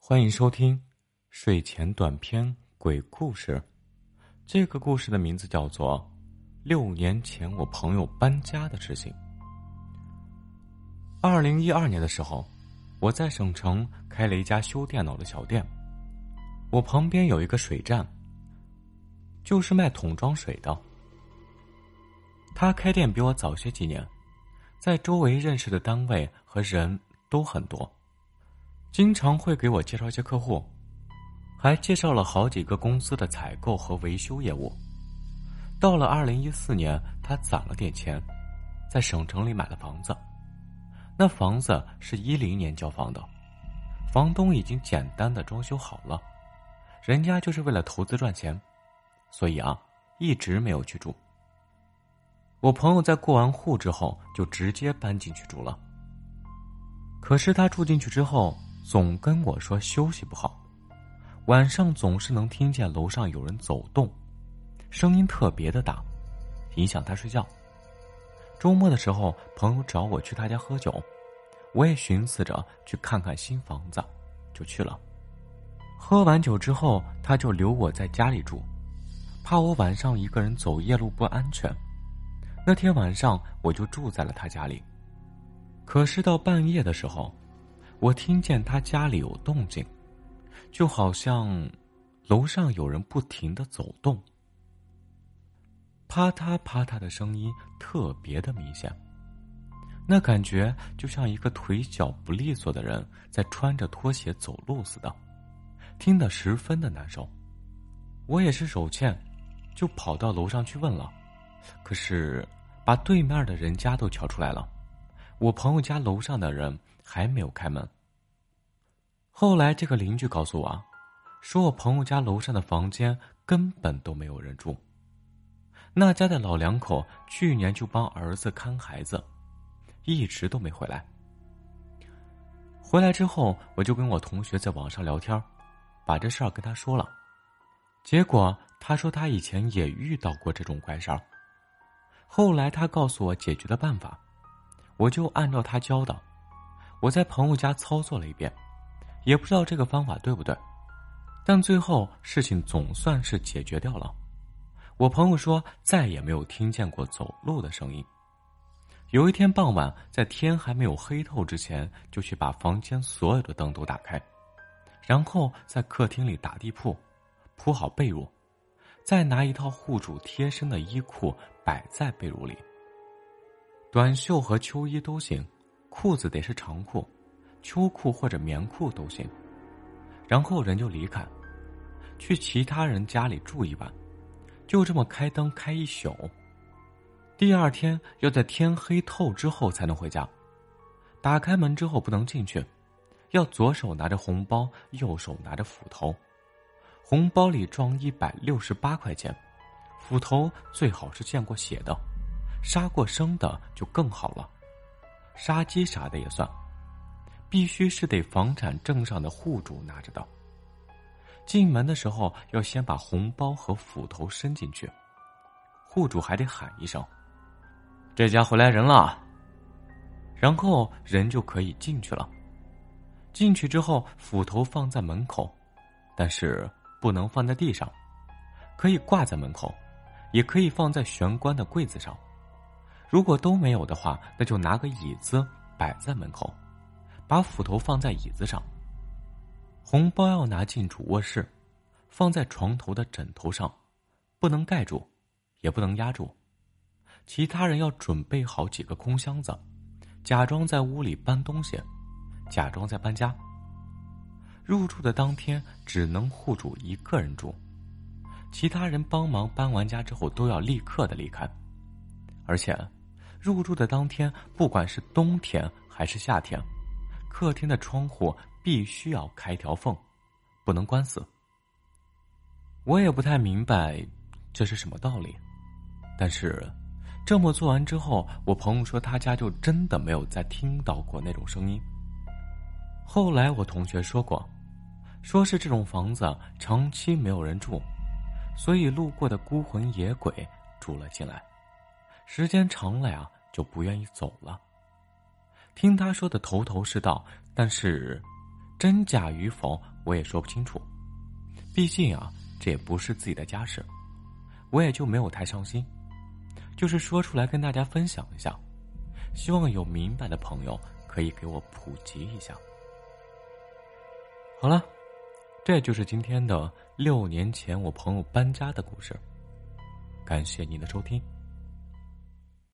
欢迎收听睡前短篇鬼故事。这个故事的名字叫做6年前我朋友搬家的事情。2012年的时候，我在省城开了一家修电脑的小店。我旁边有一个水站，就是卖桶装水的。他开店比我早些几年，在周围认识的单位和人都很多，经常会给我介绍一些客户，还介绍了好几个公司的采购和维修业务。到了2014年，他攒了点钱，在省城里买了房子。那房子是10年交房的，房东已经简单的装修好了，人家就是为了投资赚钱，所以一直没有去住。我朋友在过完户之后就直接搬进去住了。可是他住进去之后总跟我说休息不好，晚上总是能听见楼上有人走动，声音特别的大，影响他睡觉。周末的时候，朋友找我去他家喝酒，我也寻思着去看看新房子，就去了。喝完酒之后，他就留我在家里住，怕我晚上一个人走夜路不安全。那天晚上我就住在了他家里。可是到半夜的时候，我听见他家里有动静，就好像楼上有人不停地走动，啪嗒啪嗒的声音特别的明显，那感觉就像一个腿脚不利索的人在穿着拖鞋走路似的，听得十分的难受。我也是手欠，就跑到楼上去问了，可是把对面的人家都瞧出来了，我朋友家楼上的人还没有开门。后来这个邻居告诉我，说我朋友家楼上的房间根本都没有人住，那家的老两口去年就帮儿子看孩子，一直都没回来。回来之后，我就跟我同学在网上聊天，把这事儿跟他说了。结果他说他以前也遇到过这种怪事儿，后来他告诉我解决的办法，我就按照他教的，我在朋友家操作了一遍，也不知道这个方法对不对，但最后事情总算是解决掉了。我朋友说再也没有听见过走路的声音。有一天傍晚，在天还没有黑透之前，就去把房间所有的灯都打开，然后在客厅里打地铺，铺好被褥，再拿一套户主贴身的衣裤摆在被褥里。短袖和秋衣都行，裤子得是长裤，秋裤或者棉裤都行。然后人就离开，去其他人家里住一晚，就这么开灯开一宿。第二天要在天黑透之后才能回家，打开门之后不能进去，要左手拿着红包，右手拿着斧头，红包里装168块钱，斧头最好是见过血的，杀过生的就更好了，杀鸡啥的也算，必须是得房产证上的户主拿着的。进门的时候要先把红包和斧头伸进去，户主还得喊一声，这家回来人了，然后人就可以进去了。进去之后，斧头放在门口，但是不能放在地上，可以挂在门口，也可以放在玄关的柜子上。如果都没有的话，那就拿个椅子摆在门口，把斧头放在椅子上。红包要拿进主卧室，放在床头的枕头上，不能盖住，也不能压住。其他人要准备好几个空箱子，假装在屋里搬东西，假装在搬家。入住的当天只能户主一个人住，其他人帮忙搬完家之后都要立刻的离开。而且入住的当天，不管是冬天还是夏天，客厅的窗户必须要开条缝，不能关死。我也不太明白这是什么道理，但是这么做完之后，我朋友说他家就真的没有再听到过那种声音。后来我同学说过，说是这种房子长期没有人住，所以路过的孤魂野鬼住了进来，时间长了就不愿意走了。听他说的头头是道，但是真假与否我也说不清楚，毕竟啊，这也不是自己的家事，我也就没有太伤心，就是说出来跟大家分享一下，希望有明白的朋友可以给我普及一下。好了，这就是今天的6年前我朋友搬家的故事，感谢您的收听。